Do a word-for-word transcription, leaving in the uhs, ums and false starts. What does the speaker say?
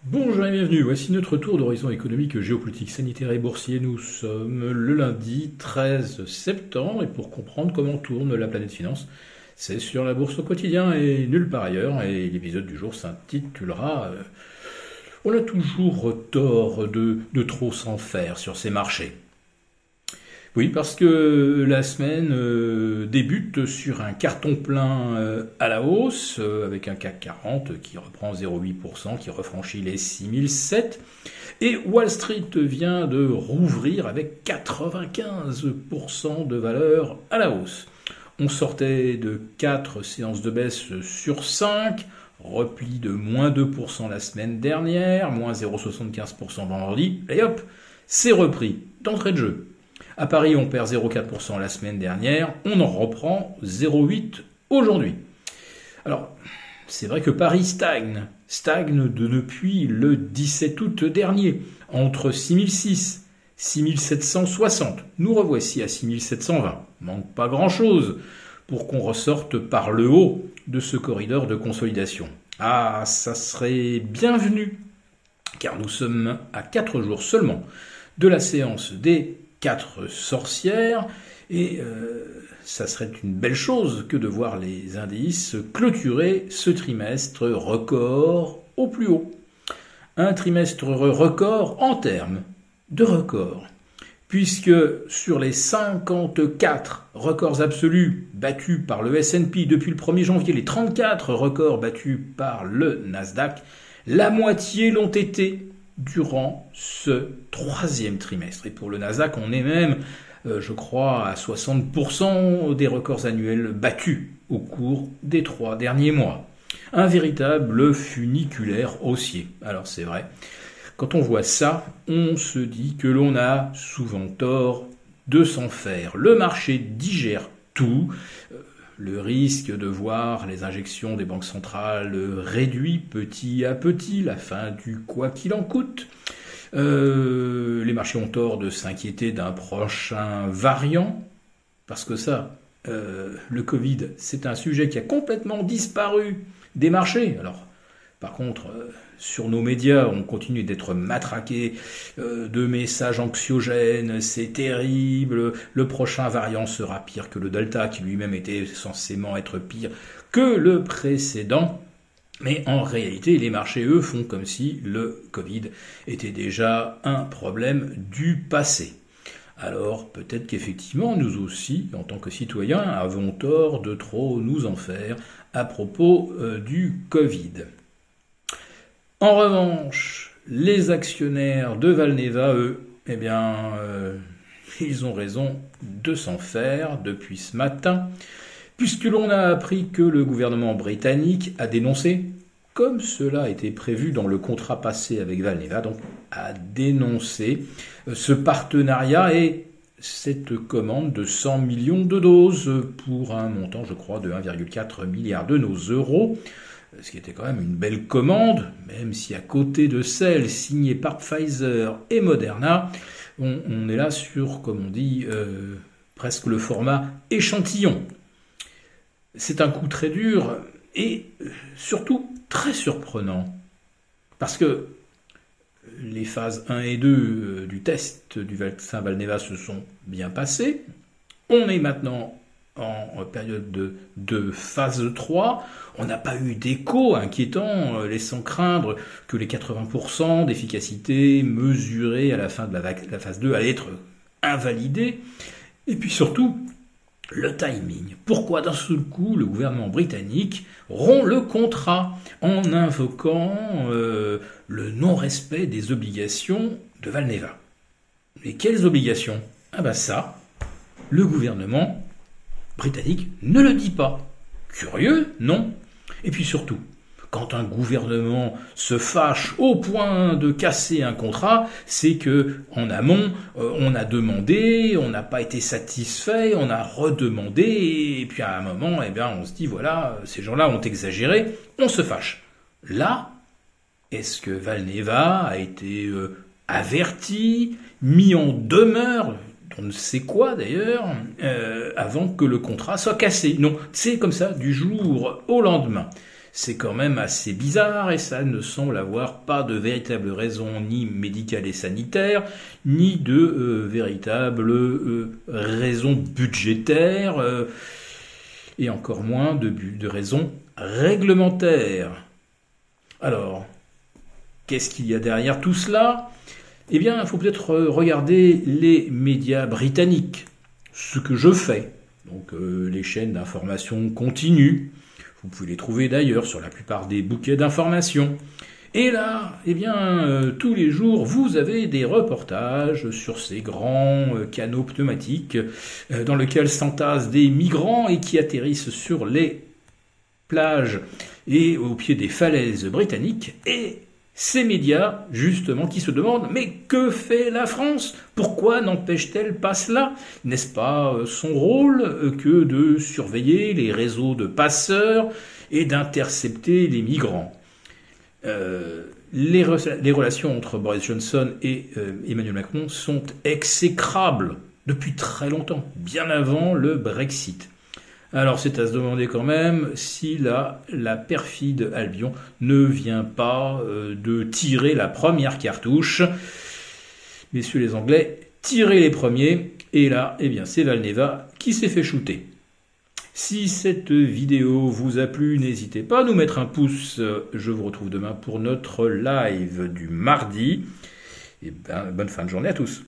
Bonjour et bienvenue, voici notre tour d'horizon économique, géopolitique, sanitaire et boursier. Nous sommes le lundi treize septembre et pour comprendre comment tourne la planète finance, c'est sur la bourse au quotidien et nulle part ailleurs. Et l'épisode du jour s'intitulera euh, On a toujours tort de, de trop s'en faire sur ces marchés. Oui, parce que la semaine euh, débute sur un carton plein euh, à la hausse, euh, avec un C A C quarante qui reprend zéro virgule huit pour cent, qui refranchit les six mille sept, et Wall Street vient de rouvrir avec quatre-vingt-quinze pour cent de valeur à la hausse. On sortait de quatre séances de baisse sur cinq, repli de moins deux pour cent la semaine dernière, moins zéro virgule soixante-quinze pour cent vendredi, et hop, c'est repris d'entrée de jeu. À Paris, on perd zéro virgule quatre pour cent la semaine dernière, on en reprend zéro virgule huit pour cent aujourd'hui. Alors, c'est vrai que Paris stagne, stagne de depuis le dix-sept août dernier, entre six mille six, six mille sept cent soixante. Nous revoici à six mille sept cent vingt. Manque pas grand-chose pour qu'on ressorte par le haut de ce corridor de consolidation. Ah, ça serait bienvenu, car nous sommes à quatre jours seulement de la séance des quatre sorcières, et euh, ça serait une belle chose que de voir les indices clôturer ce trimestre record au plus haut. Un trimestre record en termes de record, puisque sur les cinquante-quatre records absolus battus par le S and P depuis le premier janvier, les trente-quatre records battus par le Nasdaq, la moitié l'ont été durant ce troisième trimestre. Et pour le Nasdaq, on est même, euh, je crois, à soixante pour cent des records annuels battus au cours des trois derniers mois. Un véritable funiculaire haussier. Alors c'est vrai, quand on voit ça, on se dit que l'on a souvent tort de s'en faire. Le marché digère tout. Le risque de voir les injections des banques centrales réduit petit à petit, la fin du quoi qu'il en coûte. Euh, les marchés ont tort de s'inquiéter d'un prochain variant, parce que ça, euh, le Covid, c'est un sujet qui a complètement disparu des marchés. Alors, par contre, euh, sur nos médias, on continue d'être matraqué euh, de messages anxiogènes, c'est terrible, le prochain variant sera pire que le Delta, qui lui-même était censément être pire que le précédent. Mais en réalité, les marchés, eux, font comme si le Covid était déjà un problème du passé. Alors, peut-être qu'effectivement, nous aussi, en tant que citoyens, avons tort de trop nous en faire à propos euh, du Covid. En revanche, les actionnaires de Valneva, eux, eh bien, euh, ils ont raison de s'en faire depuis ce matin, puisque l'on a appris que le gouvernement britannique a dénoncé, comme cela a été prévu dans le contrat passé avec Valneva, donc a dénoncé ce partenariat et cette commande de cent millions de doses pour un montant, je crois, de un virgule quatre milliard de nos euros, ce qui était quand même une belle commande, même si à côté de celle signée par Pfizer et Moderna, on, on est là sur, comme on dit, euh, presque le format échantillon. C'est un coup très dur et surtout très surprenant, parce que les phases un et deux du test du vaccin Valneva se sont bien passées. On est maintenant en période de, de phase trois, on n'a pas eu d'écho inquiétant, laissant craindre que les quatre-vingts pour cent d'efficacité mesurée à la fin de la, la phase deux allaient être invalidés. Et puis surtout, le timing. Pourquoi d'un seul coup le gouvernement britannique rompt le contrat en invoquant euh, le non-respect des obligations de Valneva? Et quelles obligations? Ah ben ça, le gouvernement britannique ne le dit pas. Curieux, non? Et puis surtout, quand un gouvernement se fâche au point de casser un contrat, c'est que en amont, euh, on a demandé, on n'a pas été satisfait, on a redemandé, et puis à un moment, eh bien, on se dit, voilà, ces gens-là ont exagéré, on se fâche. Là, est-ce que Valneva a été euh, averti, mis en demeure, on ne sait quoi d'ailleurs, euh, avant que le contrat soit cassé? Non, c'est comme ça, du jour au lendemain. C'est quand même assez bizarre et ça ne semble avoir pas de véritable raison ni médicale et sanitaire, ni de euh, véritable euh, raison budgétaire, euh, et encore moins de, de raison réglementaire. Alors, qu'est-ce qu'il y a derrière tout cela ? Eh bien, il faut peut-être regarder les médias britanniques, ce que je fais. Donc, euh, les chaînes d'information continue. Vous pouvez les trouver d'ailleurs sur la plupart des bouquets d'informations. Et là, eh bien, euh, tous les jours, vous avez des reportages sur ces grands euh, canaux pneumatiques euh, dans lesquels s'entassent des migrants et qui atterrissent sur les plages et au pied des falaises britanniques. Et ces médias, justement, qui se demandent « Mais que fait la France ? Pourquoi n'empêche-t-elle pas cela ? N'est-ce pas son rôle que de surveiller les réseaux de passeurs et d'intercepter les migrants ?» euh, les, re- les relations entre Boris Johnson et euh, Emmanuel Macron sont exécrables depuis très longtemps, bien avant le Brexit. Alors c'est à se demander quand même si la, la perfide Albion ne vient pas euh, de tirer la première cartouche. Messieurs les Anglais, tirez les premiers. Et là, eh bien, c'est Valneva qui s'est fait shooter. Si cette vidéo vous a plu, n'hésitez pas à nous mettre un pouce. Je vous retrouve demain pour notre live du mardi. Et ben, bonne fin de journée à tous.